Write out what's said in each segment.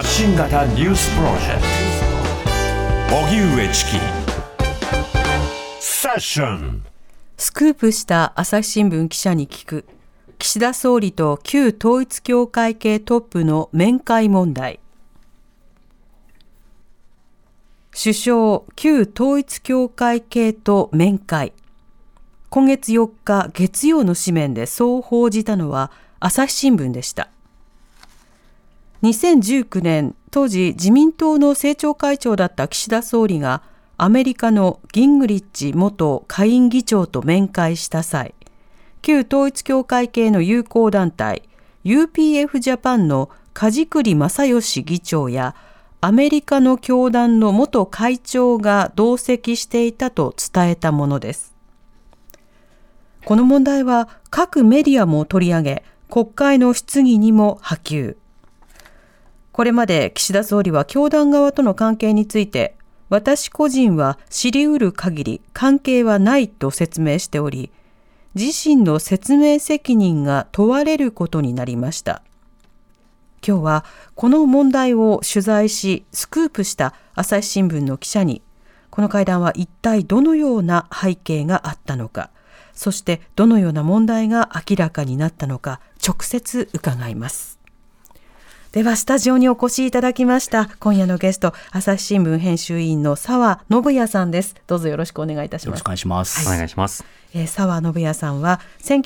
発信型ニュースプロジェクト荻上チキセッション。 スクープした朝日新聞記者に聞く、岸田総理と旧統一教会系トップの面会問題。首相、旧統一教会系と面会。今月4日月曜の紙面でそう報じたのは朝日新聞でした。2019年、当時自民党の政調会長だった岸田総理がアメリカのギングリッチ元下院議長と面会した際、旧統一教会系の友好団体 UPF ジャパンの梶栗正義議長やアメリカの教団の元会長が同席していたと伝えたものです。この問題は各メディアも取り上げ、国会の質疑にも波及。これまで岸田総理は教団側との関係について、私個人は知り得る限り関係はないと説明しており、自身の説明責任が問われることになりました。今日はこの問題を取材し、スクープした朝日新聞の記者に、この会談は一体どのような背景があったのか、そしてどのような問題が明らかになったのか、直接伺います。ではスタジオにお越しいただきました今夜のゲスト、朝日新聞編集委員の澤信也さんです。どうぞよろしくお願いいたします。 よろしくお願いします。 お願いします。 澤信也さんは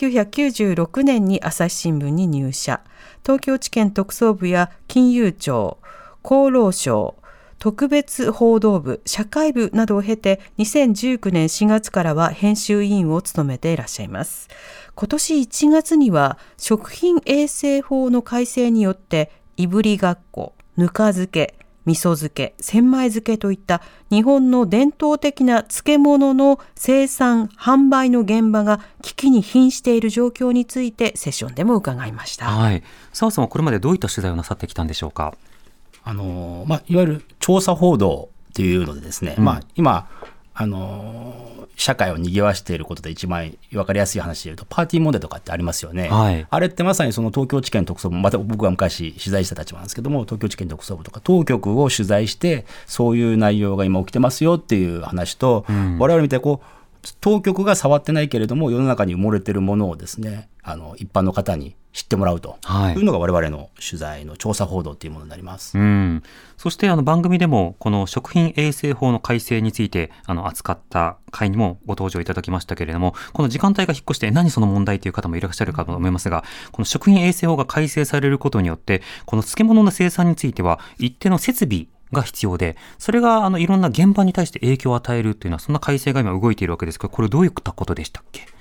1996年に朝日新聞に入社、東京地検特捜部や金融庁、厚労省、特別報道部、社会部などを経て2019年4月からは編集委員を務めていらっしゃいます。今年1月には食品衛生法の改正によっていぶりがっこ、ぬか漬け、味噌漬け、千枚漬けといった日本の伝統的な漬物の生産・販売の現場が危機に瀕している状況についてセッションでも伺いました。 はい。澤さんはこれまでどういった取材をなさってきたんでしょうか。 いわゆる調査報道というのでですね、今社会を賑わしていることで一番分かりやすい話で言うとパーティー問題とかってありますよね、 はい、あれってまさにその東京地検特捜部、また僕が昔取材した立場なんですけども、東京地検特捜部とか当局を取材してそういう内容が今起きてますよっていう話と、我々みたいに当局が触ってないけれども世の中に埋もれているものをですね、一般の方に知ってもらうというのが我々の取材の調査報道というものになります。 そして番組でもこの食品衛生法の改正について扱った回にもご登場いただきましたけれども、この時間帯が引っ越して何その問題という方もいらっしゃるかと思いますが、この食品衛生法が改正されることによってこの漬物の生産については一定の設備が必要で、それがいろんな現場に対して影響を与えるというのは、そんな改正が今動いているわけですが、これどういったことでしたっけ。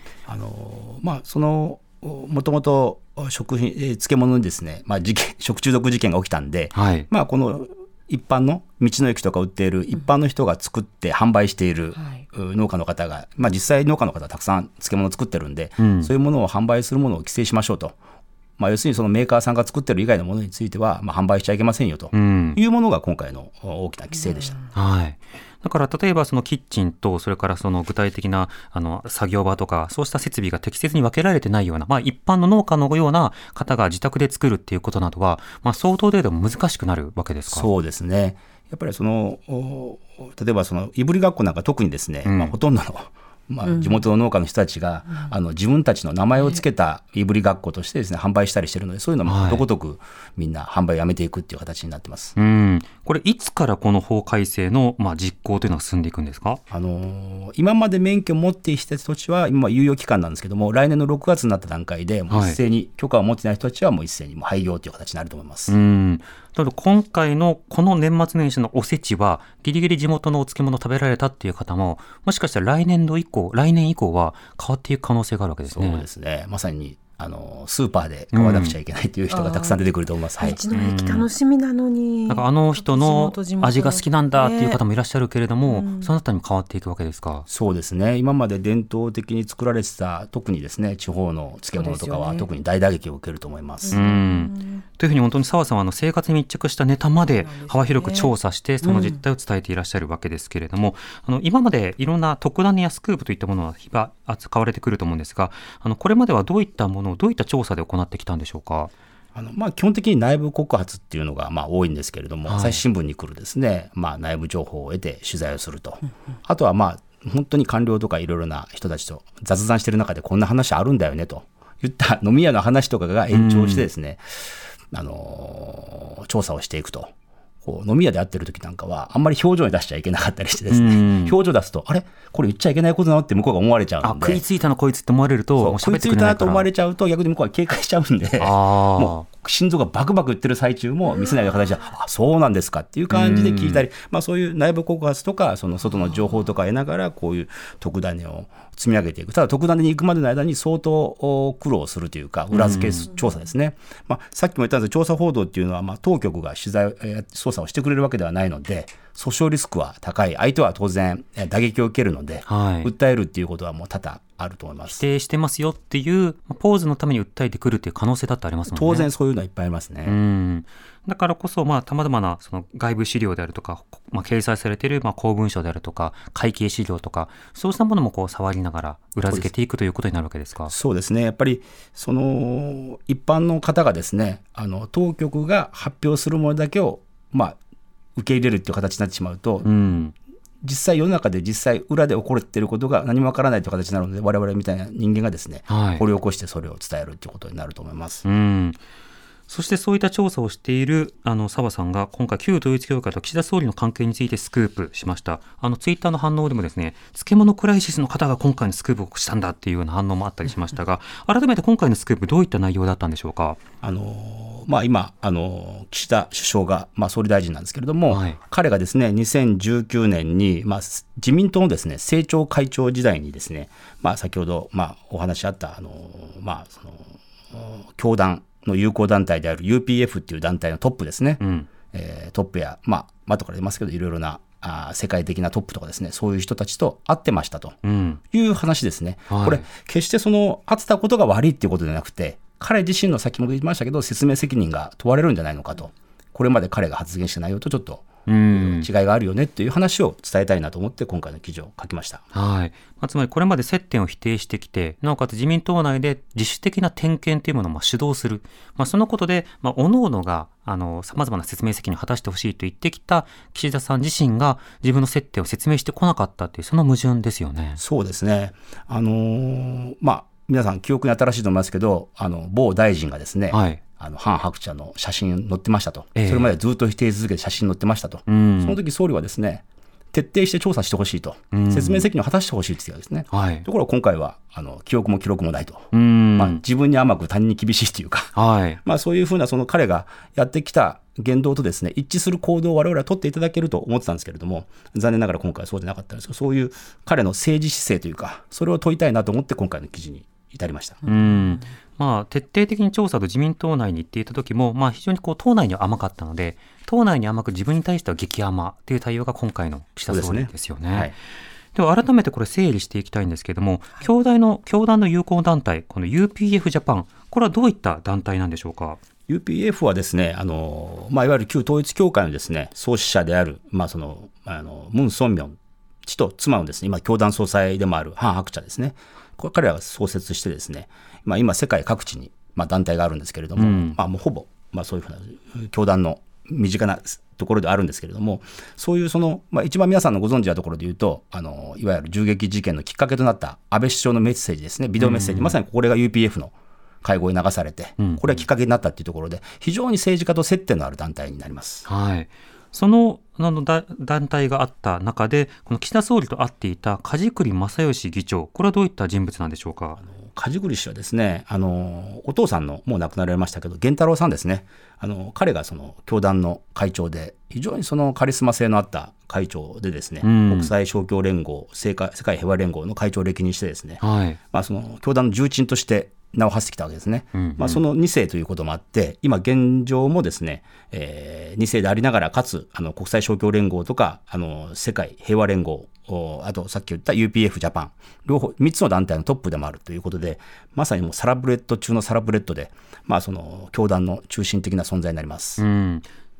もともと食品、漬物にですね、食中毒事件が起きたんで、この一般の道の駅とか売っている一般の人が作って販売している農家の方が、実際農家の方はたくさん漬物を作ってるんで、そういうものを販売するものを規制しましょうと。要するにそのメーカーさんが作ってる以外のものについては、販売しちゃいけませんよというものが今回の大きな規制でした。 だから例えばそのキッチンと、それからその具体的な作業場とか、そうした設備が適切に分けられてないような、一般の農家のような方が自宅で作るっていうことなどは、相当程度難しくなるわけですか。 そうですね。やっぱり例えばいぶりがっこなんか特にですね、ほとんどの地元の農家の人たちが、自分たちの名前をつけたいぶりがっことしてですね、販売したりしているので、そういうのもことごとくみんな販売をやめていくっていう形になってます。 これいつからこの法改正の実行というのが進んでいくんですか。 今まで免許を持っている人たちは今猶予期間なんですけども、来年の6月になった段階でもう一斉に許可を持っていない人たちはもう一斉に廃業という形になると思います。 ただ今回のこの年末年始のおせちはギリギリ地元のお漬物を食べられたっていう方も、もしかしたら来年以降は変わっていく可能性があるわけですね。 そうですね。まさにスーパーで買わなくちゃいけないという人がたくさん出てくると思います。 道の駅楽しみなのに、 人の味が好きなんだっていう方もいらっしゃるけれども、そのあたりも変わっていくわけですか。 そうですね。今まで伝統的に作られてた、特にですね、地方の漬物とかは特に大打撃を受けると思います。 というふうに本当に澤さんは生活に密着したネタまで幅広く調査してその実態を伝えていらっしゃるわけですけれども、今までいろんな特ダネやスクープといったものが扱われてくると思うんですが、これまではどういったものをどういった調査で行ってきたんでしょうか。 基本的に内部告発っていうのが多いんですけれども、朝日新聞に来るですね、内部情報を得て取材をすると、あとは本当に官僚とかいろいろな人たちと雑談してる中でこんな話あるんだよねといった飲み屋の話とかが延長してですね、調査をしていくと。飲み屋で会ってる時なんかはあんまり表情に出しちゃいけなかったりしてですね、表情出すとあれこれ言っちゃいけないことなのって向こうが思われちゃうんで、 食いついたのこいつって思われると、もう食いついたなと思われちゃうと逆に向こうは警戒しちゃうんで、もう心臓がバクバクいってる最中も見せない形でそうなんですかっていう感じで聞いたり、そういう内部告発とかその外の情報とか得ながらこういう特ダネを積み上げていく。ただ特ダネに行くまでの間に相当苦労するというか裏付け調査ですね。さっきも言ったんですが調査報道っていうのは当局が取材捜査をしてくれるわけではないので訴訟リスクは高い。相手は当然打撃を受けるので、訴えるっていうことはもう多々あると思います。 否定してますよっていうポーズのために訴えてくるっていう可能性だってありますもんね。 当然そういうのはいっぱいありますね。 だからこそ、さまざまなその外部資料であるとか、掲載されている公文書であるとか会計資料とかそうしたものも触りながら裏付けていくということになるわけですか。 そうですね。やっぱりその一般の方がですね、当局が発表するものだけを受け入れるっていう形になってしまうと、実際世の中で実際裏で起こっていることが何もわからないという形になるので、我々みたいな人間がですね、掘り起こしてそれを伝えるということになると思います。 そしてそういった調査をしている澤さんが今回旧統一教会と岸田総理の関係についてスクープしました。ツイッターの反応でもですね、漬物クライシスの方が今回のスクープをしたんだっていうような反応もあったりしましたが、改めて今回のスクープどういった内容だったんでしょうか。 今岸田首相が、総理大臣なんですけれども、彼がですね2019年に、自民党のですね政調会長時代にですね、先ほど、お話あったその教団の友好団体である UPF っていう団体のトップですね、トップや後から出ますけどいろいろな世界的なトップとかですね、そういう人たちと会ってましたという話ですね。これ決してその会ってたことが悪いっていうことではなくて、彼自身の先も言いましたけど説明責任が問われるんじゃないのかと、これまで彼が発言した内容とちょっと違いがあるよねっていう話を伝えたいなと思って今回の記事を書きました。 つまりこれまで接点を否定してきて、なおかつ自民党内で自主的な点検というものを主導する、そのことで各々がさまざまな説明責任を果たしてほしいと言ってきた岸田さん自身が自分の接点を説明してこなかったというその矛盾ですよね。 そうですね。皆さん記憶に新しいと思いますけど、某大臣がですね、ハン・ハクチャの写真載ってましたと、それまでずっと否定続けて写真載ってましたと、その時総理はですね徹底して調査してほしいと、説明責任を果たしてほしいって言ってたんですね。ところが今回は記憶も記録もないと、自分に甘く他人に厳しいというか、そういうふうなその彼がやってきた言動とですね一致する行動を我々は取っていただけると思ってたんですけれども、残念ながら今回はそうでなかったんですけど、そういう彼の政治姿勢というかそれを問いたいなと思って今回の記事に至りました。 徹底的に調査と自民党内に言っていた時も、非常に党内には甘かったので、党内に甘く自分に対しては激甘という対応が今回の岸田総理ですよね。では改めてこれ整理していきたいんですけれども、教団の友好団体、この UPF ジャパン、これはどういった団体なんでしょうか。 UPF はですね、いわゆる旧統一教会のですね創始者である、ムン・ソンミョン氏と妻のですね今教団総裁でもあるハン・ハクチャですね、彼らが創設してですね、今世界各地に団体があるんですけれども、もうほぼそういうふうな教団の身近なところであるんですけれども、そういうその、一番皆さんのご存知なところで言うといわゆる銃撃事件のきっかけとなった安倍首相のメッセージですね、ビデオメッセージ、まさにこれが UPF の会合に流されて、これがきっかけになったというところで非常に政治家と接点のある団体になります。 その団体があった中で、この岸田総理と会っていた梶栗正義議長、これはどういった人物なんでしょうか。 梶栗氏はですね、お父さんのもう亡くなられましたけど源太郎さんですね、彼がその教団の会長で非常にそのカリスマ性のあった会長でですね、国際勝共連合、世界平和連合の会長を歴任してですね、その教団の重鎮として名を馳せてきたわけですね。その2世ということもあって、今現状もですね、2世でありながらかつ国際勝共連合とか世界平和連合、あとさっき言った UPF ジャパン、両方3つの団体のトップでもあるということで、まさにもうサラブレッド中のサラブレッドで、その教団の中心的な存在になります。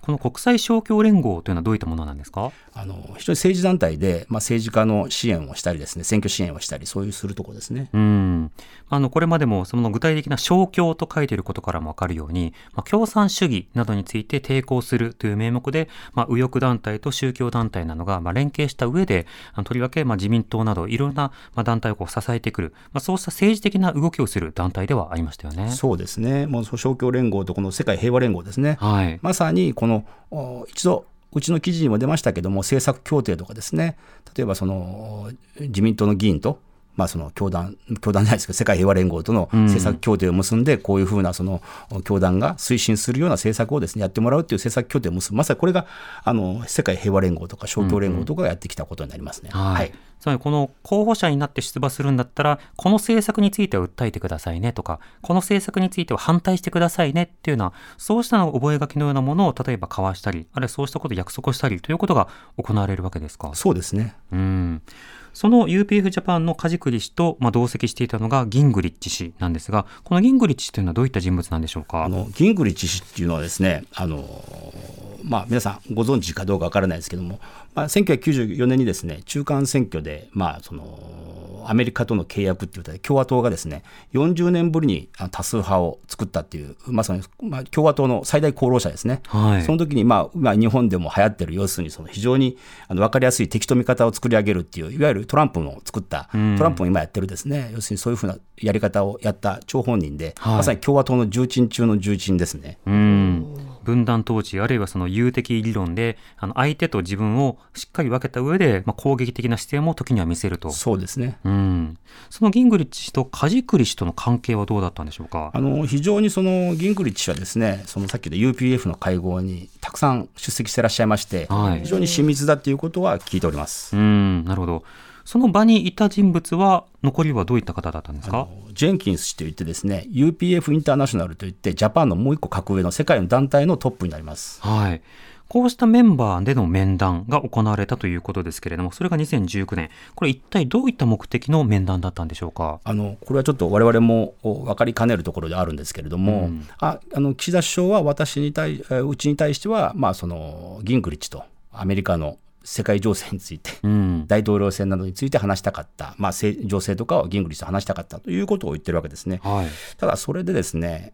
この国際勝共連合というのはどういったものなんですか？ 非常に政治団体で、政治家の支援をしたりですね、選挙支援をしたり、そういうするところですね。 これまでもその具体的な勝共と書いていることからも分かるように、共産主義などについて抵抗するという名目で、右翼団体と宗教団体などが連携した上で、とりわけ自民党などいろんな団体を支えてくる、そうした政治的な動きをする団体ではありましたよね。 そうですね。もう勝共連合とこの世界平和連合ですね、まさにこの一度うちの記事にも出ましたけども、政策協定とかですね、例えばその自民党の議員とその教団じゃないですけど世界平和連合との政策協定を結んで、こういうふうなその教団が推進するような政策をですねやってもらうという政策協定を結ぶ、まさにこれが世界平和連合とか勝共連合とかがやってきたことになりますね。 つまりこの候補者になって出馬するんだったら、この政策については訴えてくださいねとか、この政策については反対してくださいねっていうような、そうした覚書のようなものを例えば交わしたり、あるいはそうしたことを約束したりということが行われるわけですか？ そうですね。 その UPF ジャパンの梶栗氏と同席していたのがギングリッチ氏なんですが、このギングリッチ氏というのはどういった人物なんでしょうか？ ギングリッチ氏っていうのはですね、皆さんご存知かどうかわからないですけども、1994年にですね中間選挙で、そのアメリカとの契約っていうことで共和党がですね40年ぶりに多数派を作ったっていう、まさに共和党の最大功労者ですね。その時に日本でも流行ってる、要するにその非常に分かりやすい敵と味方を作り上げるっていう、いわゆるトランプの作ったトランプも今やってるですね、要するにそういうふうなやり方をやった張本人で、まさに共和党の重鎮中の重鎮ですね。 分断統治、あるいはその有的理論で相手と自分をしっかり分けた上で、攻撃的な姿勢も時には見せると。 そうですね。 そのギングリッチ氏と梶栗氏との関係はどうだったんでしょうか？ 非常にそのギングリッチ氏はですね、そのさっき言った UPF の会合にたくさん出席してらっしゃいまして、非常に親密だということは聞いております。 なるほど。その場にいた人物は残りはどういった方だったんですか？ ジェンキンス氏といってですね UPF インターナショナルといってジャパンのもう一個格上の世界の団体のトップになります。 こうしたメンバーでの面談が行われたということですけれども、それが2019年、これ一体どういった目的の面談だったんでしょうか？ これはちょっと我々も分かりかねるところであるんですけれども、岸田首相はうちに対しては、そのギングリッチとアメリカの世界情勢について、大統領選などについて話したかった、情勢とかをギングリッチと話したかったということを言ってるわけですね。ただそれでですね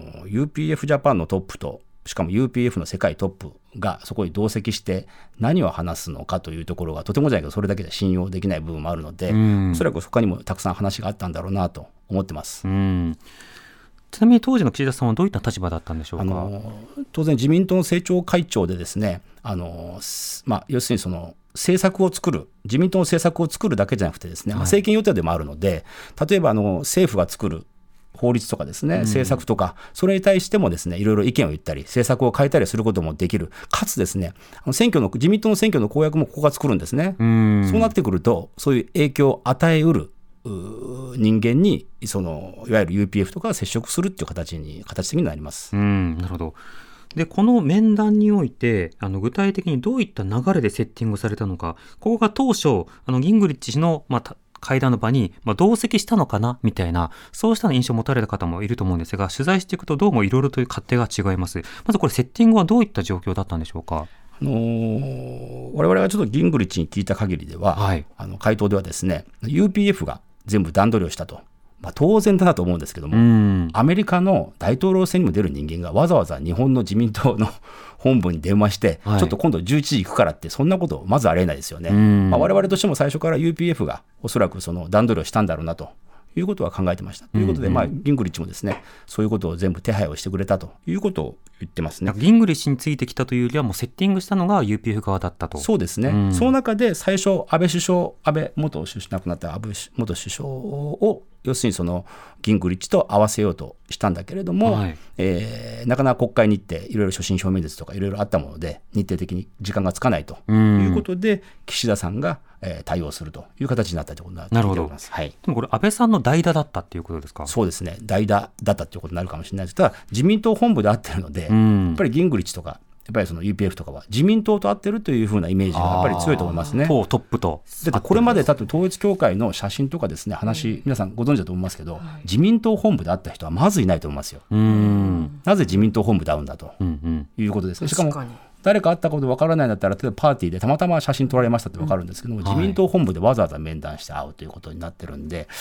UPF ジャパンのトップと、しかも UPF の世界トップがそこに同席して何を話すのかというところがとてもじゃないけどそれだけでは信用できない部分もあるので、おそらく他にもたくさん話があったんだろうなと思ってます。 ちなみに当時の岸田さんはどういった立場だったんでしょうか？ 当然自民党の政調会長でですね要するにその政策を作る、自民党の政策を作るだけじゃなくてですね、政権与党でもあるので、例えば政府が作る法律とかですね、政策とか、それに対してもですねいろいろ意見を言ったり政策を変えたりすることもできる、かつですね自民党の選挙の公約もここが作るんですね。そうなってくるとそういう影響を与えうる人間にいわゆる UPF とかが接触するっていう形的になります。 なるほど。でこの面談において具体的にどういった流れでセッティングされたのか、ここが当初ギングリッチ氏の、会談の場に、同席したのかなみたいな、そうした印象を持たれた方もいると思うんですが、取材していくとどうもいろいろという勝手が違います。まずこれセッティングはどういった状況だったんでしょうか？ 我々がちょっとギングリッチに聞いた限りでは、回答ではですね UPF が全部段取りをしたと、当然だなと思うんですけども、アメリカの大統領選にも出る人間がわざわざ日本の自民党の本部に電話して、ちょっと今度11時行くからって、そんなことまずありえないですよね。我々としても最初から UPF がおそらくその段取りをしたんだろうなということは考えてました。ということで、ギングリッチもですねそういうことを全部手配をしてくれたということを言ってますね。 ギングリッチについてきたというよりはもうセッティングしたのが UPF 側だったと。 そうですね、その中で最初亡くなった安倍元首相を要するにそのギングリッチと合わせようとしたんだけれども、なかなか国会日程いろいろ所信表明列とかいろいろあったもので日程的に時間がつかないということで、岸田さんが対応するという形になったということになっております。でもこれ安倍さんの代打だったっていうことですか？ そうですね、代打だったということになるかもしれないです。ただ自民党本部であっているので、やっぱりギングリッチとかっぱりその UPF とかは自民党と合ってるというふうなイメージがやっぱり強いと思いますね。 党トップと。 だってこれまで統一教会の写真とかですね、話、皆さんご存知だと思いますけど、自民党本部で会った人はまずいないと思いますよ。なぜ自民党本部で会うんだということですね。しかも誰か会ったこと分からないんだったら、例えばパーティーでたまたま写真撮られましたって分かるんですけども、自民党本部でわざわざ面談して会うということになってるんで、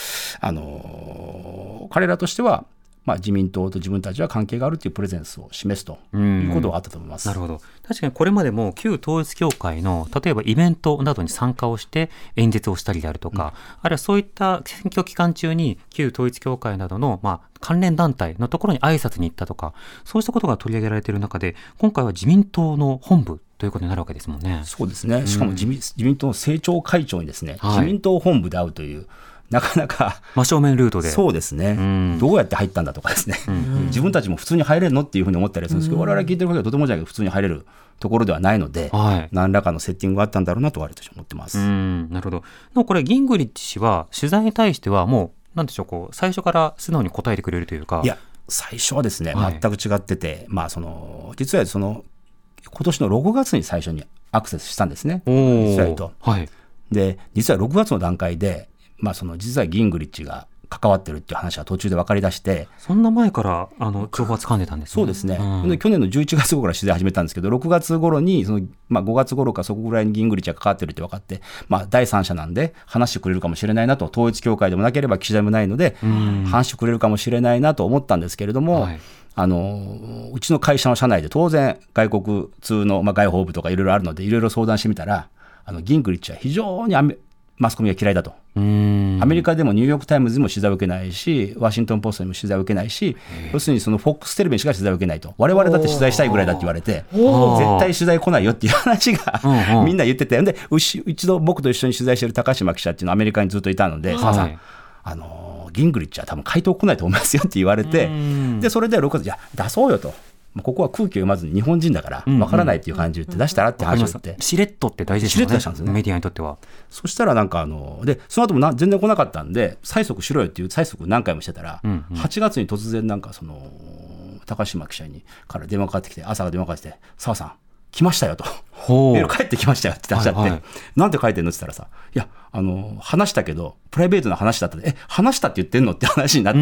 彼らとしては自民党と自分たちは関係があるというプレゼンスを示すということがあったと思います。 なるほど。確かにこれまでも旧統一教会の例えばイベントなどに参加をして演説をしたりであるとか、あるいはそういった選挙期間中に旧統一教会などの関連団体のところに挨拶に行ったとか、そうしたことが取り上げられている中で、今回は自民党の本部ということになるわけですもんね。 そうですね。しかも自民党の政調会長にですね、自民党本部で会うという、なかなか真正面ルートで。 そうですね、どうやって入ったんだとかですね、自分たちも普通に入れるのっていうふうに思ったりするんですけど、我々聞いてる限りはとてもじゃないけど普通に入れるところではないので、何らかのセッティングがあったんだろうなと私は思ってます。 なるほど。でもこれギングリッチ氏は取材に対してはもうなんでしょう、最初から素直に答えてくれるというか。 いや、最初はですね、全く違ってて、実は今年の6月に最初にアクセスしたんですね、実はと。で、実は6月の段階で実はギングリッチが関わってるっていう話が途中で分かり出して、 そんな前から情報は掴んでたんですね。 そうですね、去年の11月頃から取材始めたんですけど、6月頃に5月頃かそこぐらいにギングリッチが関わってるって分かって、第三者なんで話してくれるかもしれないなと、統一教会でもなければ岸田でもないので話してくれるかもしれないなと思ったんですけれども、うちの会社の社内で当然外国通の外報部とかいろいろあるので、いろいろ相談してみたら、ギングリッチは非常にマスコミが嫌いだと。アメリカでもニューヨークタイムズにも取材を受けないし、ワシントンポストにも取材を受けないし、要するにそのフォックステレビにしか取材を受けないと。我々だって取材したいぐらいだって言われて、絶対取材来ないよっていう話がみんな言ってて、で一度僕と一緒に取材している高島記者っていうのはアメリカにずっといたので、澤さんギングリッチは多分回答来ないと思いますよって言われて、でそれで6月、いや出そうよと。ここは空気を読まずに日本人だから分からないっていう感じで言って出したらって話を言って、 しれっとって大事ですよね。 しれっと出したんですね、 メディアにとっては。 そしたらでその後も全然来なかったんで、催促しろよっていう催促何回もしてたら、8月に突然高島記者から電話かかってきて、朝が電話かかってきて、澤さん来ましたよと、メール帰ってきましたよって出しちゃって、なんて書いてんのって言ったらさ、いや話したけどプライベートな話だったで、話したって言ってんのって話になって、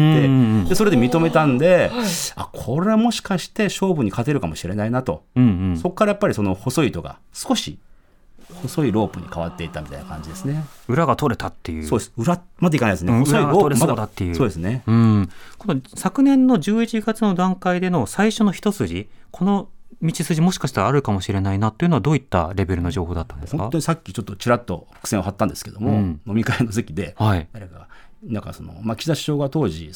でそれで認めたんで、これはもしかして勝負に勝てるかもしれないなと、そこからやっぱり細い糸が少し細いロープに変わっていったみたいな感じですね。 裏が取れたっていう。 そうです、裏までいかないですね、 細いロープ取れそうだっていう。 そうですね。 この昨年の11月の段階での最初の一筋、この道筋もしかしたらあるかもしれないなというのはどういったレベルの情報だったんですか？ 本当にさっきちょっとちらっと伏線を張ったんですけども、飲み会の席で誰かが岸田首相が当時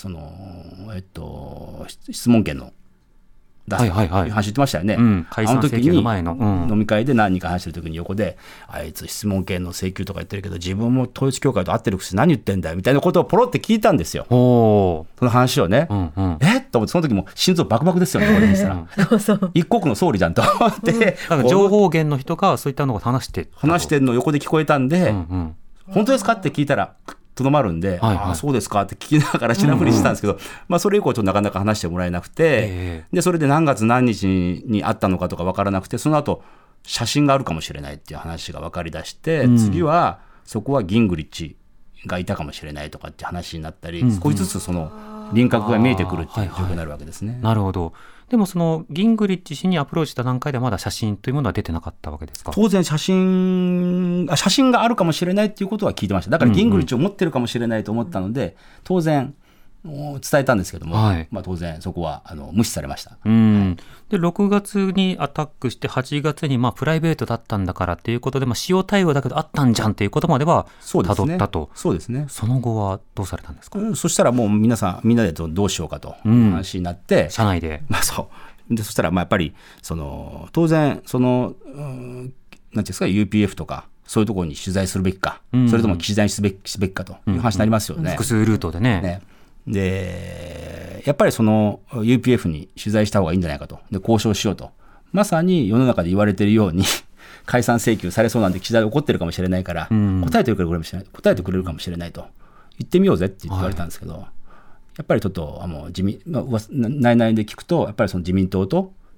質問権の出すという話言ってましたよね。 解散請求の前の飲み会で何人か話してる時に横で、あいつ質問権の請求とか言ってるけど自分も統一教会と会ってるくせに何言ってんだよみたいなことをポロって聞いたんですよ。その話をね、と思ってその時も心臓バクバクですよね、俺にしたら一国の総理じゃんと思って情報源の人がそういったのを話してるの横で聞こえたんで、本当ですかって聞いたらとどまるんで、そうですかって聞きながらしらふりしてたんですけど、それ以降ちょっとなかなか話してもらえなくて、でそれで何月何日にあったのかとか分からなくて、その後写真があるかもしれないっていう話が分かりだして、次はそこはギングリッチがいたかもしれないとかって話になったり、少しずつその輪郭が見えてくるっていう状況になるわけですね。 なるほど。でもそのギングリッチ氏にアプローチした段階ではまだ写真というものは出てなかったわけですか？ 当然写真があるかもしれないっていうことは聞いてました。だからギングリッチを持ってるかもしれないと思ったので、当然伝えたんですけども、当然そこは無視されました。 で6月にアタックして8月にプライベートだったんだからということで、使用対応だけどあったんじゃんということまでは辿ったと。 そうですね。 その後はどうされたんですか？ そしたらもうみんなでどうしようかと話になって、 社内で。 そしたらやっぱり当然なんていうんですか、 UPF とかそういうところに取材するべきか、それとも岸田にすべきかという話になりますよね。 複数ルートでね。 でやっぱりUPF に取材した方がいいんじゃないかと、で交渉しようと、まさに世の中で言われているように解散請求されそうなんで岸田で怒ってるかもしれないから、答えてくれるかもしれないと、言ってみようぜって言われたんですけど、やっぱりちょっと内々で聞くと、やっぱり自民党と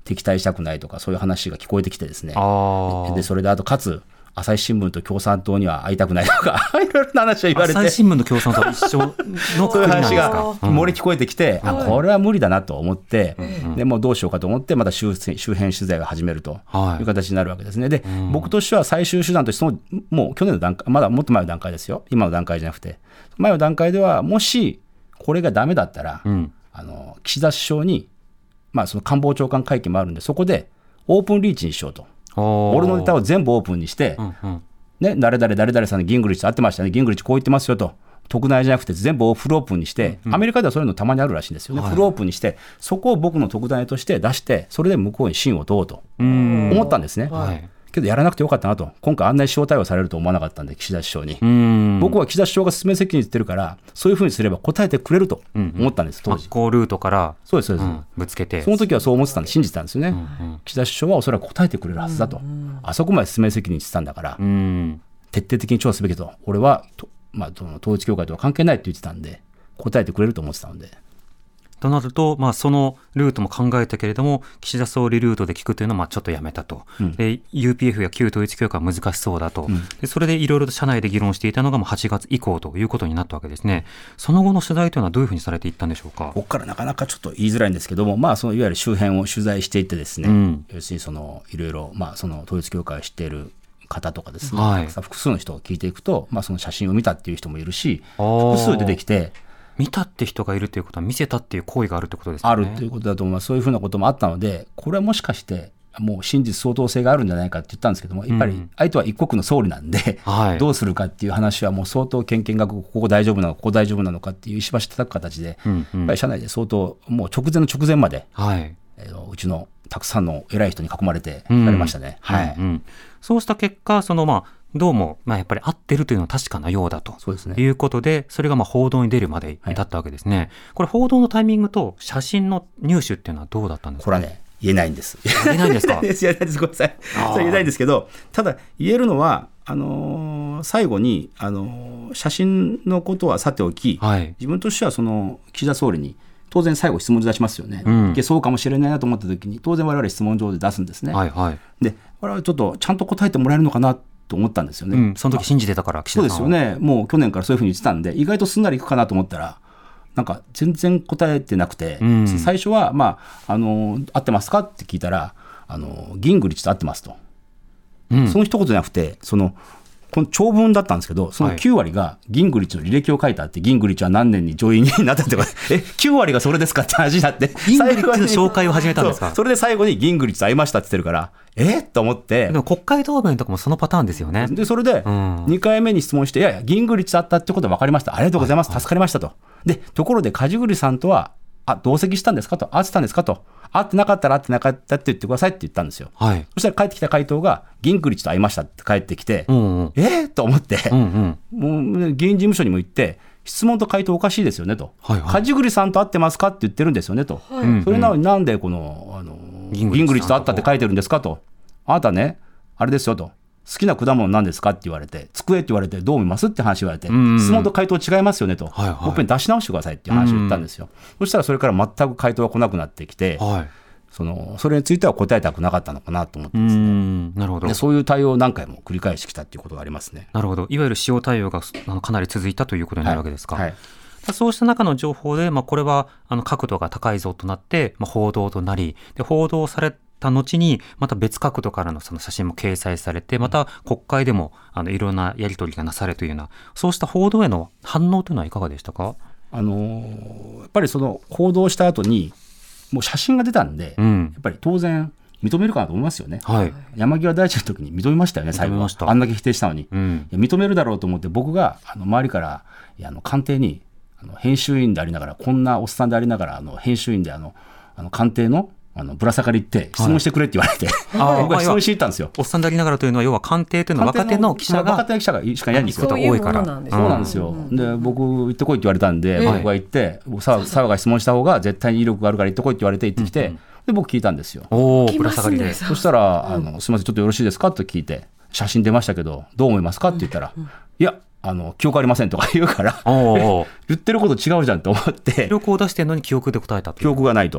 敵対したくないとかそういう話が聞こえてきてですね。 あでそれであとかつ朝日新聞と共産党には会いたくないとかいろいろな話を言われて、 朝日新聞と共産党は一緒のそういう話が漏れき聞こえてきて、これは無理だなと思って、でもうどうしようかと思ってまた周辺取材を始めるという形になるわけですね。で、僕としては最終手段としてもう去年の段階、まだもっと前の段階ですよ、今の段階じゃなくて前の段階では、もしこれがダメだったら、岸田首相に、その官房長官会見もあるんで、そこでオープンリーチにしようと。俺のネタを全部オープンにして、誰々さんにギングリッチと会ってましたね、ギングリッチこう言ってますよと、特内じゃなくて全部フルオープンにして、アメリカではそういうのたまにあるらしいんですよね、フルオープンにして、そこを僕の特内として出して、それで向こうに信を問おうと思ったんですね。けどやらなくてよかったなと、今回あんなに塩対応されると思わなかったんで、岸田首相に。僕は岸田首相が説明責任言ってるから、そういうふうにすれば答えてくれると思ったんです、当時。 発行ルートからそうです、 ぶつけて、 その時はそう思ってたんで、信じてたんですよね。岸田首相はおそらく答えてくれるはずだと、あそこまで説明責任してたんだから、徹底的に調査すべきと、俺は統一教会とは関係ないって言ってたんで、答えてくれると思ってたので。 となると、そのルートも考えたけれども、岸田総理ルートで聞くというのはちょっとやめたと、で UPF や旧統一教会は難しそうだと、でそれでいろいろと社内で議論していたのが8月以降ということになったわけですね。その後の取材というのはどういうふうにされていったんでしょうか。 ここからなかなかちょっと言いづらいんですけども、そのいわゆる周辺を取材していってですね、要するにいろいろその統一教会を知っている方とかですね、複数の人が聞いていくと、その写真を見たっていう人もいるし、複数出てきて、 見たって人がいるということは見せたっていう行為があるということですね。 あるということだと思います。そういうふうなこともあったので、これはもしかしてもう真実相当性があるんじゃないかって言ったんですけども、やっぱり相手は一国の総理なんで、どうするかっていう話はもう相当けんけんがく、ここ大丈夫なのかここ大丈夫なのかっていう石橋叩く形で、やっぱり社内で相当もう直前の直前まで、うちのたくさんの偉い人に囲まれてやりましたね。 そうした結果、どうもやっぱり合ってるというのは確かなようだということで、それが報道に出るまで至ったわけですね。これ報道のタイミングと写真の入手っていうのはどうだったんですか。 これはね、言えないんです。 言えないんですか。 言えないです、ごめんなさい。それ言えないんですけど、ただ言えるのは最後に写真のことはさておき、自分としては岸田総理に当然最後質問状出しますよね。いけそうかもしれないなと思った時に、当然我々質問状で出すんですね。で我々ちょっとちゃんと答えてもらえるのかなと思ったんですよね。 その時信じてたから、岸田さんは。 そうですよね。もう去年からそういうふうに言ってたんで、意外とすんなりいくかなと思ったら、なんか全然答えてなくて、最初は合ってますかって聞いたら、ギングリッチと合ってますと、その一言じゃなくて、この長文だったんですけど、その9割がギングリッチの履歴を書いてあって、ギングリッチは何年に上院になったって9割がそれですかって話になって、 ギングリッチの紹介を始めたんですか。 それで最後にギングリッチと会いましたって言ってるから、と思って。 でも国会答弁とかもそのパターンですよね。 でそれで2回目に質問して、いやいやギングリッチと会ったってことは分かりました、ありがとうございます、助かりましたと。でところで梶栗さんとは同席したんですかと、会ってたんですかと、会ってなかったら会ってなかったって言ってくださいって言ったんですよ。そしたら返ってきた回答がギングリッチと会いましたって返ってきて、と思って、もう議員事務所にも行って、質問と回答おかしいですよねと、梶栗さんと会ってますかって言ってるんですよねと、それなのになんでこのギングリッチと会ったって書いてるんですかと、あなたねあれですよと、好きな果物なんですかって言われて、机って言われてどう思いますって話言われて、質問と回答違いますよねと、もっぺん出し直してくださいっていう話を言ったんですよ。そしたらそれから全く回答が来なくなってきて、それについては答えたくなかったのかなと思ってですね。 なるほど。 でそういう対応を何回も繰り返してきたっていうことがありますね。 なるほど。いわゆる塩対応がかなり続いたということになるわけですか。そうした中の情報で、これは角度が高いぞとなって、報道となり、で報道された後にまた別角度からのその写真も掲載されて、また国会でもいろんなやり取りがなされというような、そうした報道への反応というのはいかがでしたか。 やっぱり報道した後にもう写真が出たんで、やっぱり当然認めるかなと思いますよね。山際大臣の時に認めましたよね、最後あんだけ否定したのに、認めるだろうと思って、僕が周りから官邸に編集員でありながら、こんなおっさんでありながら編集員で官邸のぶら下がり行って質問してくれって言われて、僕は質問しに行ったんですよ。 おっさんでありながらというのは、要は官邸というのは若手の記者がしかやりに行くことが多いから。そうなんですよ。で僕行ってこいって言われたんで、僕が行って澤が質問した方が絶対に威力があるから行ってこいって言われて行ってきて、で僕聞いたんですよ。 ぶら下がりで。 そしたらすみませんちょっとよろしいですかと聞いて、写真出ましたけどどう思いますかって言ったら、いや記憶ありませんとか言うから言ってること違うじゃんと思って、 記録を出してるのに記憶で答えたと。 記憶がないと。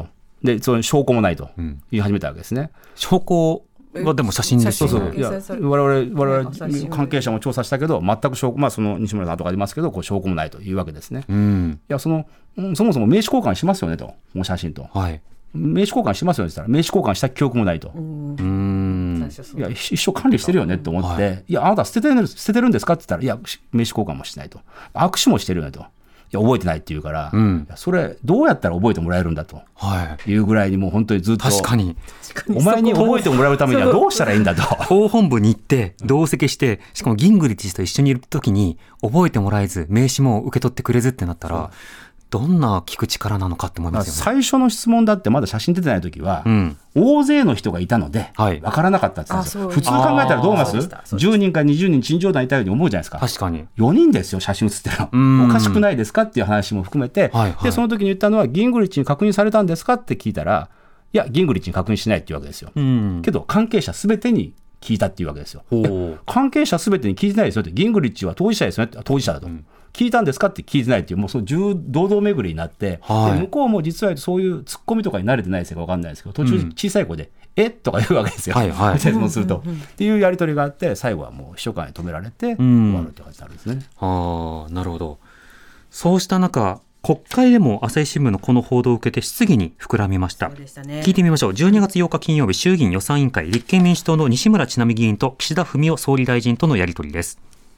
でその証拠もないと言い始めたわけですね。 証拠はでも写真ですよね。 そうそう、いや我々関係者も調査したけど全く証拠、その西村さんとかありますけど証拠もないというわけですね。いやそもそも名刺交換しますよねと、もう写真と、名刺交換しますよねって言ったら名刺交換した記憶もないと。いや一生管理してるよねと思って、いやあなた捨ててるんですかって言ったら、いや名刺交換もしないと、握手もしてるよねと、いや覚えてないって言うから、いやそれどうやったら覚えてもらえるんだというぐらいにもう本当にずっと、 確かにお前に覚えてもらうためにはどうしたらいいんだと。 党本部に行って同席して、しかもギングリッチ氏と一緒にいるときに覚えてもらえず名刺も受け取ってくれずってなったら、どんな聞く力なのかって思いますよね。 最初の質問だってまだ写真出てないときは、大勢の人がいたので分からなかったって言うんですよ。普通考えたらどう思います？ 10 人か20人陳情団いたように思うじゃないですか。 確かに 4人ですよ写真写ってるの、おかしくないですかっていう話も含めて、でその時に言ったのは、ギングリッチに確認されたんですかって聞いたら、いやギングリッチに確認しないっていうわけですよ。けど関係者すべてに聞いたっていうわけですよ。関係者すべてに聞いてないですよって、ギングリッチは当事者ですよねって、当事者だと、聞いたんですかって聞いてないっていう、もうその堂々巡りになって、で向こうも実はそういうツッコミとかに慣れてないせいか分かんないですけど、途中小さい声で、とか言うわけですよ、質問すると、っていうやり取りがあって、最後はもう秘書官に止められて終わるって感じになるんですね。 なるほど。そうした中、国会でも朝日新聞のこの報道を受けて質疑に膨らみました。そうでしたね。聞いてみましょう。12月8日金曜日、衆議院予算委員会、立憲民主党の西村智奈美議員と岸田文雄総理大臣とのやり取りです。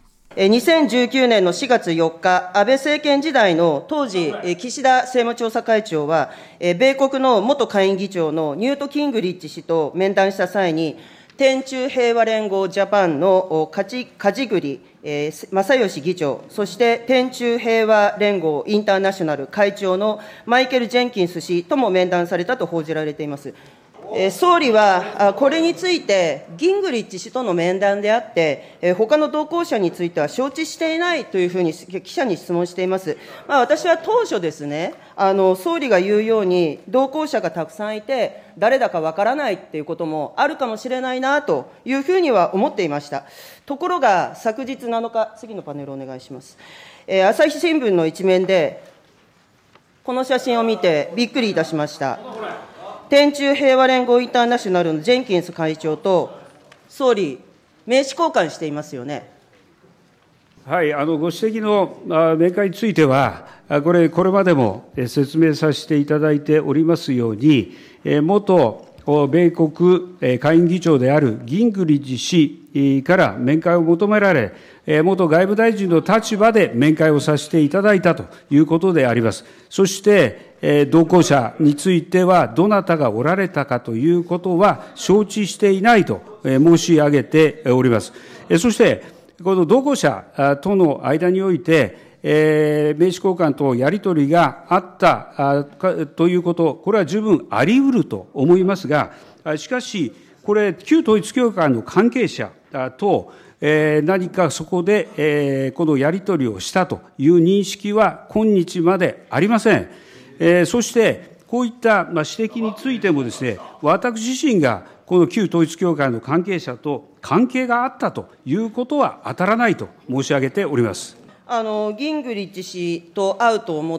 2019年の4月4日、安倍政権時代の当時、岸田政務調査会長は、米国の元下院議長のニュート・キングリッチ氏と面談した際に、天中平和連合ジャパンの梶栗正義議長、そして天中平和連合インターナショナル会長のマイケル・ジェンキンス氏とも面談されたと報じられています。総理はこれについて、ギングリッチ氏との面談であって、他の同行者については承知していないというふうに記者に質問しています。私は当初ですね、総理が言うように、同行者がたくさんいて、誰だかわからないっていうこともあるかもしれないなというふうには思っていました。ところが、昨日7日、次のパネルお願いします。朝日新聞の一面で、この写真を見てびっくりいたしました。天中平和連合インターナショナルのジェンキンス会長と総理、名刺交換していますよね。 ご指摘の面会については、これまでも説明させていただいておりますように、元米国下院議長であるギングリッチ氏から面会を求められ、元外務大臣の立場で面会をさせていただいたということであります。そして、同行者については、どなたがおられたかということは承知していないと申し上げております。そして、この同行者との間において、名刺交換とやり取りがあったということ、これは十分あり得ると思いますが、しかし、これ、旧統一教会の関係者と、何かそこで、このやり取りをしたという認識は今日までありません。そして、こういった指摘についてもですね、私自身がこの旧統一教会の関係者と関係があったということは当たらないと申し上げております。 ギングリッチ氏と会うと思って、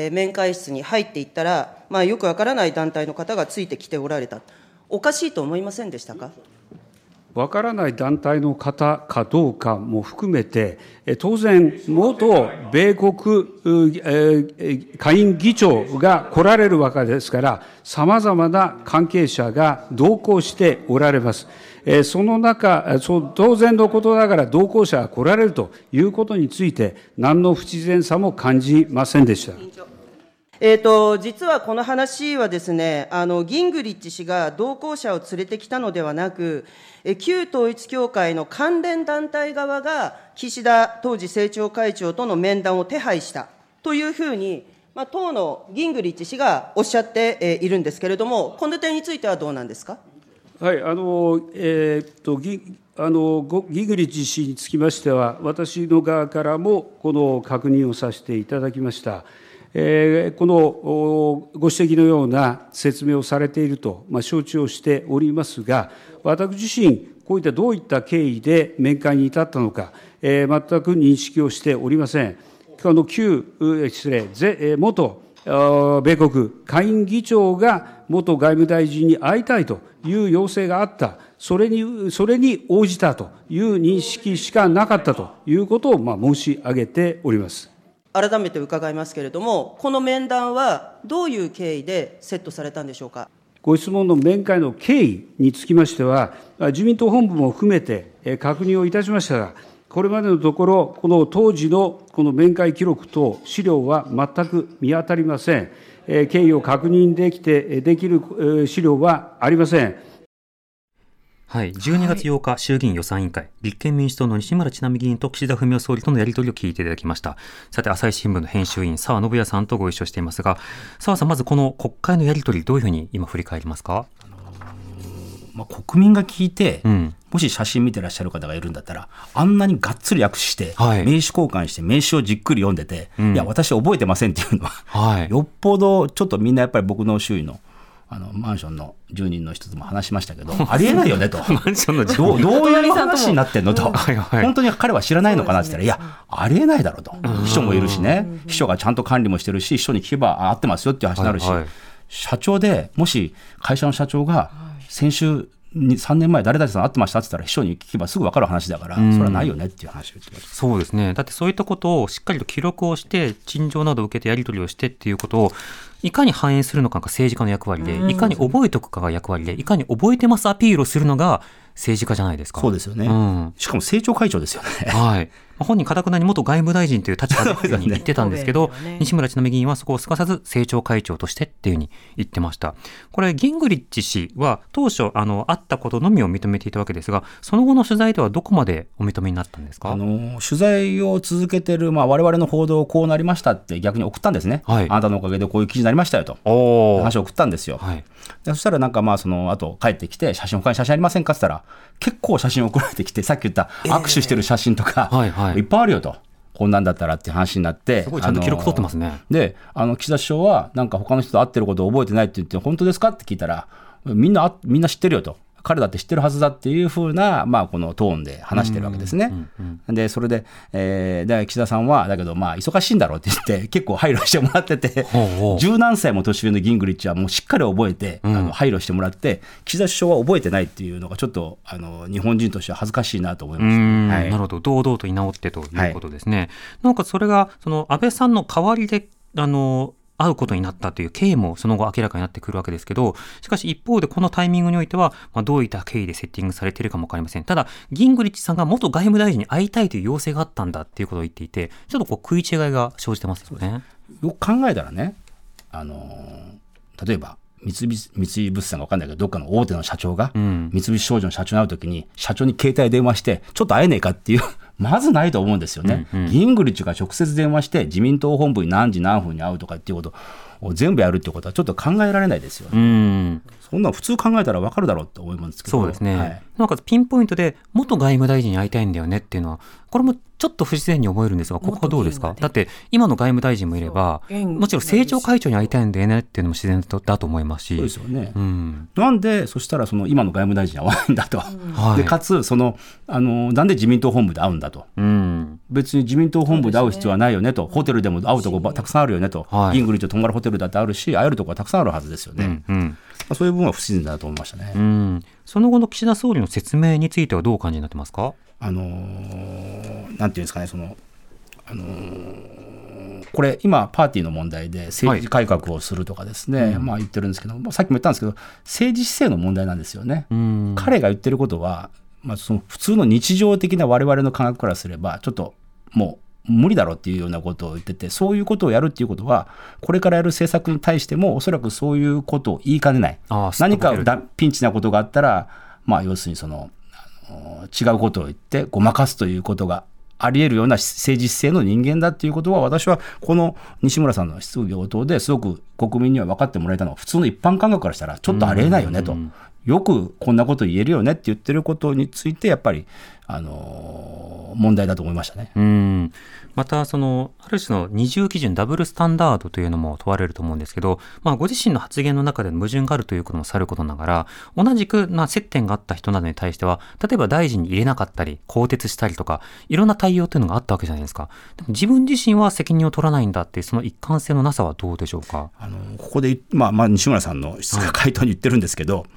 面会室に入っていったら、よくわからない団体の方がついてきておられた。おかしいと思いませんでしたか？ わからない団体の方かどうかも含めて、当然、元米国下院議長が来られるわけですから、さまざまな関係者が同行しておられます。その中、当然のことながら同行者が来られるということについて、何の不自然さも感じませんでした。 実はこの話はですね、ギングリッチ氏が同行者を連れてきたのではなく、旧統一教会の関連団体側が岸田当時政調会長との面談を手配したというふうに、当のギングリッチ氏がおっしゃっているんですけれども、この点についてはどうなんですか。 はい、ギングリッチ氏につきましては、私の側からもこの確認をさせていただきました。このご指摘のような説明をされていると、承知をしておりますが、私自身、こういったどういった経緯で面会に至ったのか、全く認識をしておりません。元米国下院議長が元外務大臣に会いたいという要請があった、それに応じたという認識しかなかったということを申し上げております。 改めて伺いますけれども、この面談はどういう経緯でセットされたんでしょうか。 ご質問の面会の経緯につきましては、自民党本部も含めて確認をいたしましたが、これまでのところ、この当時のこの面会記録等資料は全く見当たりません。経緯を確認できる資料はありません。 はい、12月8日、衆議院予算委員会、立憲民主党の西村智奈美議員と岸田文雄総理とのやり取りを聞いていただきました。さて、朝日新聞の編集員、澤信也さんとご一緒していますが、澤さん、まずこの国会のやり取り、どういうふうに今振り返りますか。 国民が聞いて、もし写真見てらっしゃる方がいるんだったら、あんなにがっつり握手して、名刺交換して名刺をじっくり読んでて、いや私覚えてませんっていうのは、よっぽどちょっとみんなやっぱり僕の周囲のマンションの住人の人とも話しましたけど、ありえないよねとマンションのどういう話になってんのと、本当に彼は知らないのかなって言ったら、いやありえないだろうと、秘書もいるしね、秘書がちゃんと管理もしてるし、秘書に聞けば合ってますよっていう話になるし、社長でもし会社の社長が先週3年前誰々さん会ってましたって言ったら秘書に聞けばすぐ分かる話だから、それはないよねっていう話を言ってました。 そうですね。だってそういったことをしっかりと記録をして陳情などを受けてやり取りをしてっていうことをいかに反映するのかが政治家の役割で、いかに覚えておくかが役割で、いかに覚えてますアピールをするのが政治家じゃないですか。 そうですよね、しかも政調会長ですよね。 はい。本人、かたくなに元外務大臣という立場で言ってたんですけど、西村智奈美議員はそこをすかさず政調会長としてっていうふうに言ってました。これ、ギングリッチ氏は当初会ったことのみを認めていたわけですが、その後の取材ではどこまでお認めになったんですか。 取材を続けてる、我々の報道こうなりましたって逆に送ったんですね、あなたのおかげでこういう記事になりましたよと話を送ったんですよ。でそしたらその後帰ってきて他に写真ありませんかって言ったら結構写真送られてきて、さっき言った握手してる写真とか、いっぱいあるよと、こんなんだったらって話になって、 すごいちゃんと記録取ってますね。 で岸田首相は他の人と会ってることを覚えてないって言って、本当ですかって聞いたら、みんな知ってるよと、彼だって知ってるはずだっていう風な、このトーンで話してるわけですね。でそれで、岸田さんはだけど忙しいんだろうって言って結構配慮してもらってて、十何歳も年上のギングリッチはもうしっかり覚えて、配慮してもらって、岸田首相は覚えてないっていうのがちょっと日本人としては恥ずかしいなと思います。 なるほど、堂々と居直ってということですね。なんかそれがその安倍さんの代わりで会うことになったという経緯もその後明らかになってくるわけですけど、しかし一方でこのタイミングにおいては、どういった経緯でセッティングされているかも分かりません。ただギングリッチさんが元外務大臣に会いたいという要請があったんだっていうことを言っていて、ちょっと食い違いが生じてますよね。 よく考えたらね、例えば三井物産が分かんないけど、どっかの大手の社長が三菱商事の社長に会うときに社長に携帯電話してちょっと会えねえかっていうまずないと思うんですよね。ギングリッチが直接電話して自民党本部に何時何分に会うとかっていうことを全部やるってことはちょっと考えられないですよね。そんな普通考えたら分かるだろうと思いますけど。 そうですね、なんかピンポイントで元外務大臣に会いたいんだよねっていうのは、これもちょっと不自然に思えるんですが、ここはどうですか。だって今の外務大臣もいれば、もちろん政調会長に会いたいんだよねっていうのも自然だと思いますし。 そうですよね、なんでそしたらその今の外務大臣に会わないんだと、でかつなんで自民党本部で会うんだと、別に自民党本部で会う必要はないよねと、ホテルでも会うとこたくさんあるよねと、ギングリッチと泊まるホテルだってあるし、会えるところはたくさんあるはずですよね。そういう部分は不自然だと思いましたね。 その後の岸田総理の説明についてはどうお感じになってますか。 なんていうんですかね、これ今パーティーの問題で政治改革をするとかですね、言ってるんですけど、さっきも言ったんですけど、政治姿勢の問題なんですよね。彼が言ってることは、その普通の日常的な我々の感覚からすればちょっともう無理だろうっていうようなことを言ってて、そういうことをやるっていうことはこれからやる政策に対してもおそらくそういうことを言いかねない。何かピンチなことがあったら、要するに違うことを言ってごまかすということがあり得るような政治姿勢の人間だっていうことは、私はこの西村さんの質疑等ですごく国民には分かってもらえたのは、普通の一般感覚からしたらちょっとありえないよねと、よくこんなこと言えるよねって言ってることについてやっぱり問題だと思いましたね。 またある種の二重基準ダブルスタンダードというのも問われると思うんですけど、ご自身の発言の中で矛盾があるということもさることながら、同じく接点があった人などに対しては例えば大臣に入れなかったり更迭したりとかいろんな対応というのがあったわけじゃないですか。でも自分自身は責任を取らないんだっていうその一貫性のなさはどうでしょうか。 ここで、西村さんの回答に言ってるんですけど、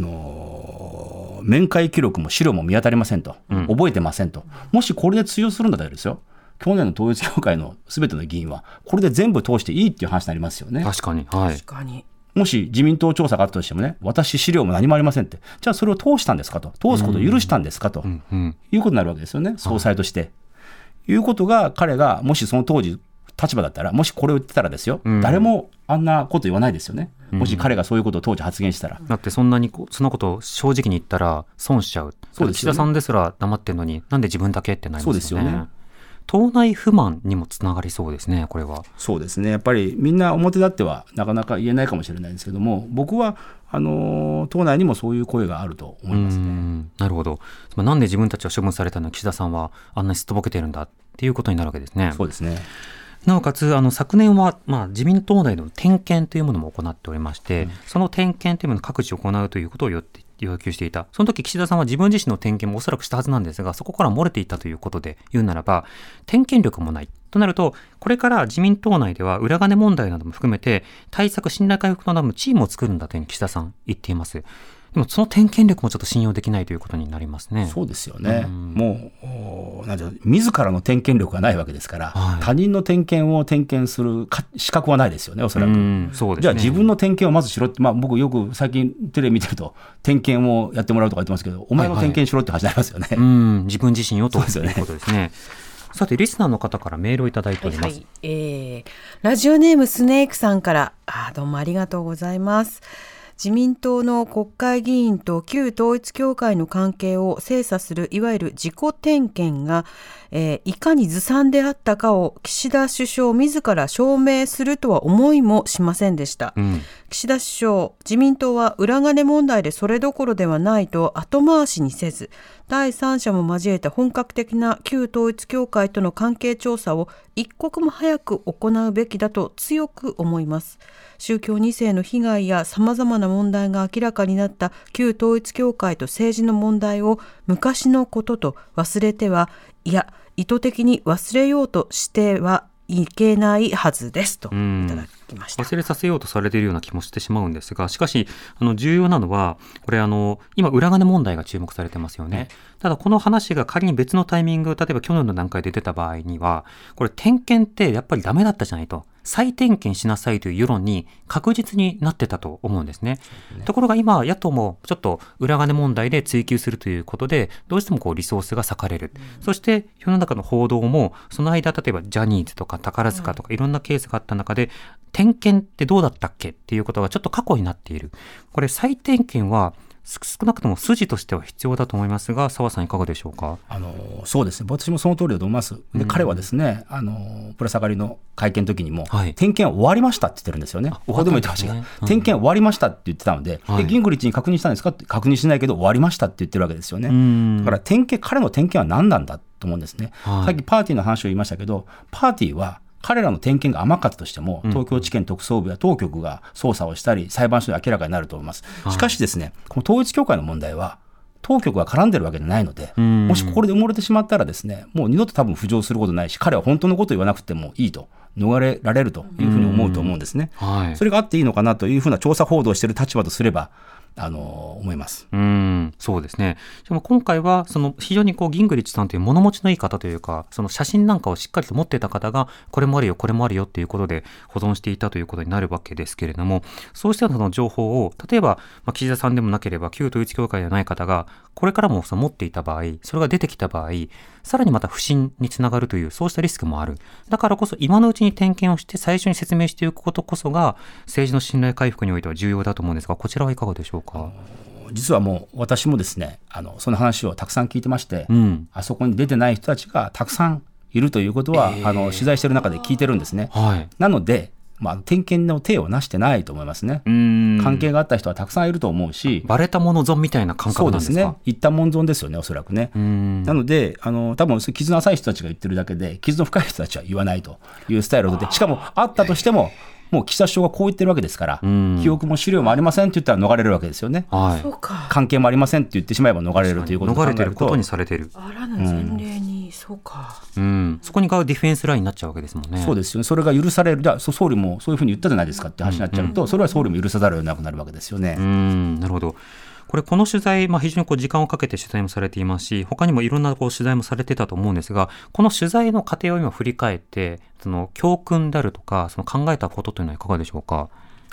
面会記録も資料も見当たりませんと、覚えてませんと、もしこれで通用するんだったらですよ、去年の統一教会のすべての議員はこれで全部通していいっていう話になりますよね。 確かに、 確かに。 もし自民党調査があったとしてもね、私資料も何もありませんって、じゃあそれを通したんですかと、通すことを許したんですかと、いうことになるわけですよね、総裁として。いうことが、彼がもしその当時立場だったら、もしこれを言ってたらですよ、誰もあんなこと言わないですよね。もし彼がそういうことを当時発言したら。 だってそんなにそのことを正直に言ったら損しちゃう。そうですよね。岸田さんですら黙ってるのになんで自分だけってなりますよね。そうですよね。党内不満にもつながりそうですね、これは。 そうですね。やっぱりみんな表立ってはなかなか言えないかもしれないんですけども、僕は党内にもそういう声があると思いますね。 なるほど。なんで自分たちは処分されたのに岸田さんはあんなにすっとぼけてるんだっていうことになるわけですね。 そうですね。 なおかつ昨年は、自民党内の点検というものも行っておりまして、その点検というものを各自行うということを要求していた。その時岸田さんは自分自身の点検もおそらくしたはずなんですが、そこから漏れていたということで言うならば、点検力もないとなると、これから自民党内では裏金問題なども含めて対策信頼回復のためのチームを作るんだというふうに岸田さん言っています。でもその点検力もちょっと信用できないということになりますね。 そうですよね。もう自らの点検力がないわけですから、他人の点検を点検する資格はないですよね、おそらく。そうですね。じゃあ自分の点検をまずしろって、僕よく最近テレビ見てると点検をやってもらうとか言ってますけど、お前の点検しろって話になりますよね。 自分自身をということですね。さてリスナーの方からメールをいただいております。 ラジオネームスネークさんからどうもありがとうございます。自民党の国会議員と旧統一教会の関係を精査するいわゆる自己点検が、いかにずさんであったかを岸田首相自ら証明するとは思いもしませんでした。岸田首相、自民党は裏金問題でそれどころではないと後回しにせず、第三者も交えた本格的な旧統一教会との関係調査を一刻も早く行うべきだと強く思います。宗教2世の被害やさまざまな問題が明らかになった旧統一教会と政治の問題を昔のことと忘れては、いや意図的に忘れようとしてはいけないはずですといただきました。 忘れさせようとされているような気もしてしまうんですが、しかし重要なのはこれ今裏金問題が注目されてますよね。ただこの話が仮に別のタイミング、例えば去年の段階で出た場合には、これ点検ってやっぱりダメだったじゃないと、再点検しなさいという世論に確実になってたと思うんですね。ところが今野党もちょっと裏金問題で追及するということでどうしてもリソースが割かれる。そして世の中の報道もその間、例えばジャニーズとか宝塚とかいろんなケースがあった中で、点検ってどうだったっけっていうことがちょっと過去になっている。これ再点検は少なくとも筋としては必要だと思いますが、澤さんいかがでしょうか。 そうですね、私もその通りだと思います。で、彼はですね、プラス上がりの会見の時にも、点検終わりましたって言ってるんですよね。ここでも言ってましたが、点検終わりましたって言ってたので、ギングリッチに確認したんですかって、確認しないけど終わりましたって言ってるわけですよね。だから彼の点検は何なんだと思うんですね。さっきパーティーの話を言いましたけど、パーティーは彼らの点検が甘かったとしても、東京地検特捜部や当局が捜査をしたり裁判所で明らかになると思います。しかしですね、この統一教会の問題は当局が絡んでるわけじゃないので、もしこれで埋もれてしまったらですね、もう二度と多分浮上することないし、彼は本当のことを言わなくてもいいと逃れられるというふうに思うと思うんですね。それがあっていいのかなというふうな調査報道をしている立場とすれば思います。 そうですね。でも今回は非常にギングリッチさんという物持ちのいい方というか、その写真なんかをしっかりと持っていた方がこれもあるよこれもあるよっていうことで保存していたということになるわけですけれども、そうしたその情報を例えば、岸田さんでもなければ旧統一教会ではない方がこれからも持っていた場合、それが出てきた場合、さらにまた不信につながるというそうしたリスクもある。だからこそ今のうちに点検をして最初に説明していくことこそが政治の信頼回復においては重要だと思うんですが、こちらはいかがでしょうか。 実はもう私もですね、その話をたくさん聞いてまして、あそこに出てない人たちがたくさんいるということは取材している中で聞いてるんですね。なので点検の体をなしてないと思いますね。関係があった人はたくさんいると思うし、 バレたもの損みたいな感覚なんですか。 そうですね、言ったもん損ですよね、おそらくね。なので多分傷の浅い人たちが言ってるだけで、傷の深い人たちは言わないというスタイルで、しかもあったとしてももう岸田首相がこう言ってるわけですから、記憶も資料もありませんって言ったら逃れるわけですよね。関係もありませんって言ってしまえば逃れるということを考えると、 逃れてることにされている。 あらぬ前例に、そうか、 そこに買うディフェンスラインになっちゃうわけですもんね。 そうですよね。それが許される、総理もそういうふうに言ったじゃないですかって話になっちゃうと、それは総理も許さざるを得なくなるわけですよね。 なるほど。この取材、非常に時間をかけて取材もされていますし、他にもいろんな取材もされてたと思うんですが、この取材の過程を今振り返って、その教訓であるとか、その考えたことというのはいかがでしょうか。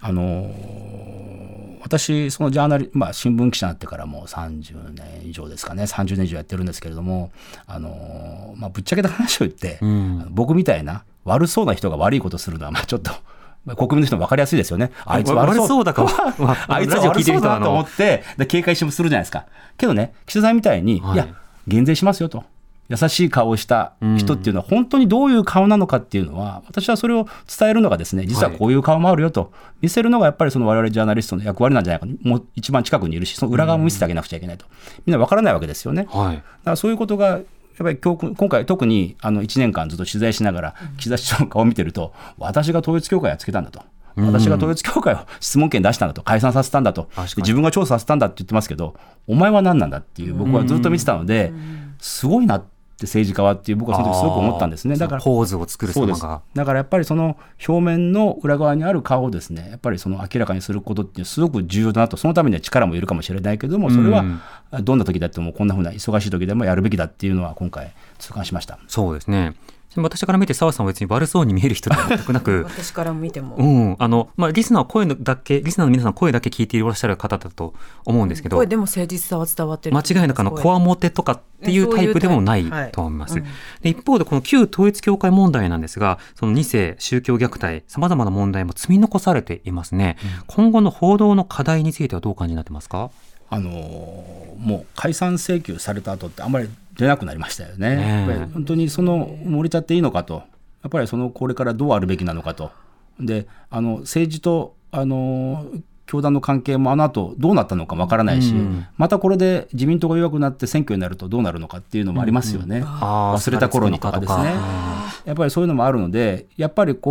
私、そのジャーナリ新聞記者になってからもう30年以上ですかね、30年以上やってるんですけれども、ぶっちゃけた話を言って、僕みたいな悪そうな人が悪いことするのはちょっと国民の人も分かりやすいですよね。あいつ悪そうだからあいつ悪そうだなと思って警戒してもするじゃないですか。けどね、岸田さんみたいに、いや減税しますよと、優しい顔をした人っていうのは本当にどういう顔なのかっていうのは、私はそれを伝えるのがですね、実はこういう顔もあるよと見せるのがやっぱりその我々ジャーナリストの役割なんじゃないか、もう一番近くにいるし、その裏側も見せてあげなくちゃいけないと、みんな分からないわけですよね。だからそういうことがやっぱり今回特に1年間ずっと取材しながら岸田首相の顔を見てると、私が統一教会をやっつけたんだと、私が統一教会を質問権出したんだと、解散させたんだと、自分が調査させたんだって言ってますけど、お前は何なんだっていう、僕はずっと見てたので、すごいなって政治家はっていう、僕はその時すごく思ったんですね。だからポーズを作る様が、 だからやっぱりその表面の裏側にある顔をですね、やっぱりその明らかにすることってすごく重要だなと。そのためには力もいるかもしれないけれども、それはどんな時だってもこんなふうな忙しい時でもやるべきだっていうのは今回痛感しました。 そうですね。私から見て澤さんは別に悪そうに見える人では全くなく私から見ても、 リスナーの皆さん声だけ聞いていらっしゃる方だと思うんですけど、 声でも誠実さは伝わってる。 間違いなくこわもてとかっていうタイプでもないと思います。で一方でこの旧統一教会問題なんですが、その2世宗教虐待、さまざまな問題も積み残されていますね。今後の報道の課題についてはどうお感じになってますか。 もう解散請求された後ってあんまり出なくなりましたよね。やっぱり本当に漏れちゃっていいのかと、やっぱりこれからどうあるべきなのかと。で政治と教団の関係も後どうなったのかわからないし、またこれで自民党が弱くなって選挙になるとどうなるのかっていうのもありますよね。忘れた頃にとかですね。やっぱりそういうのもあるので、やっぱり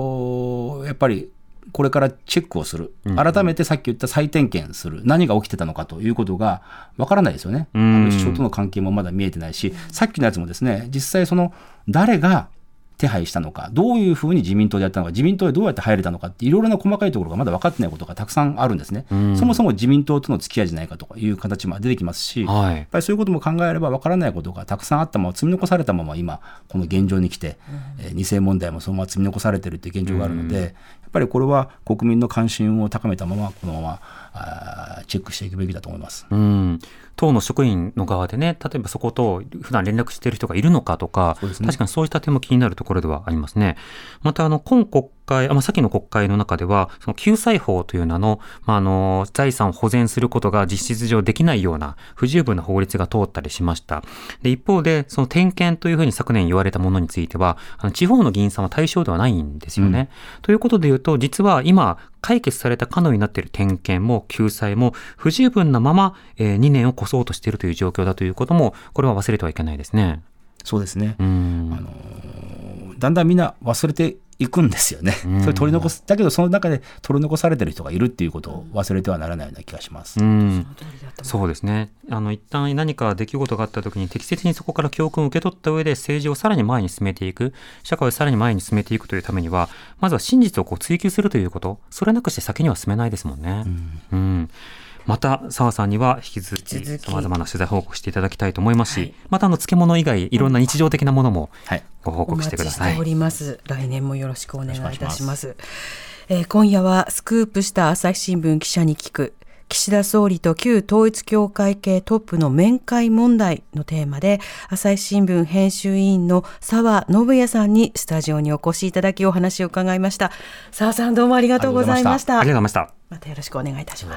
これからチェックをする、改めてさっき言った再点検する、何が起きてたのかということがわからないですよね。首相との関係もまだ見えてないし、さっきのやつもですね、実際誰が手配したのか、どういうふうに自民党でやったのか、自民党でどうやって入れたのかっていろいろな細かいところがまだ分かってないことがたくさんあるんですね。そもそも自民党との付き合いじゃないかとかいう形も出てきますし、やっぱりそういうことも考えれば分からないことがたくさんあったまま積み残されたまま今この現状に来て、2世問題もそのまま積み残されているという現状があるので、やっぱりこれは国民の関心を高めたままこのままチェックしていくべきだと思います。 党の職員の側でね、例えばそこと普段連絡している人がいるのかとか、確かにそうした点も気になるところではありますね。また今国会、先の国会の中ではその救済法という名の、財産を保全することが実質上できないような不十分な法律が通ったりしました。で一方でその点検というふうに昨年言われたものについては地方の議員さんは対象ではないんですよね。ということでいうと、実は今解決されたかのようになっている点検も救済も不十分なまま、2年を越そうとしているという状況だということも、これは忘れてはいけないですね。 そうですね。だんだんみんな忘れていくんですよね。それ取り残す、だけどその中で取り残されている人がいるっていうことを忘れてはならないような気がします。 そうですね。一旦何か出来事があったときに適切にそこから教訓を受け取った上で政治をさらに前に進めていく、社会をさらに前に進めていくというためには、まずは真実を追求するということ、それなくして先には進めないですもんね。また澤さんには引き続きさまざまな取材報告していただきたいと思いますし、また漬物以外いろんな日常的なものもご報告してください。 お待ちしております。来年もよろしくお願いいたします。今夜はスクープした朝日新聞記者に聞く、岸田総理と旧統一教会系トップの面会問題のテーマで、朝日新聞編集委員の澤信也さんにスタジオにお越しいただきお話を伺いました。澤さん、どうもありがとうございました。 ありがとうございました。 またよろしくお願いいたします。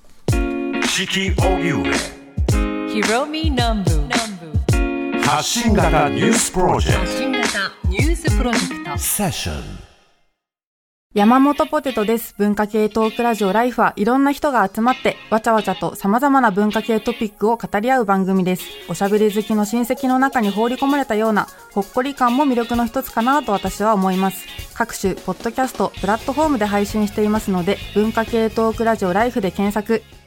四季荻上ひろみ南部発信型ニュースプロジェクト発信型ニュースプロジェクトセッション山本ポテトです。文化系トークラジオライフはいろんな人が集まってわちゃわちゃと様々な文化系トピックを語り合う番組です。おしゃべり好きの親戚の中に放り込まれたようなほっこり感も魅力の一つかなと私は思います。各種ポッドキャストプラットフォームで配信していますので、文化系トークラジオライフで検索。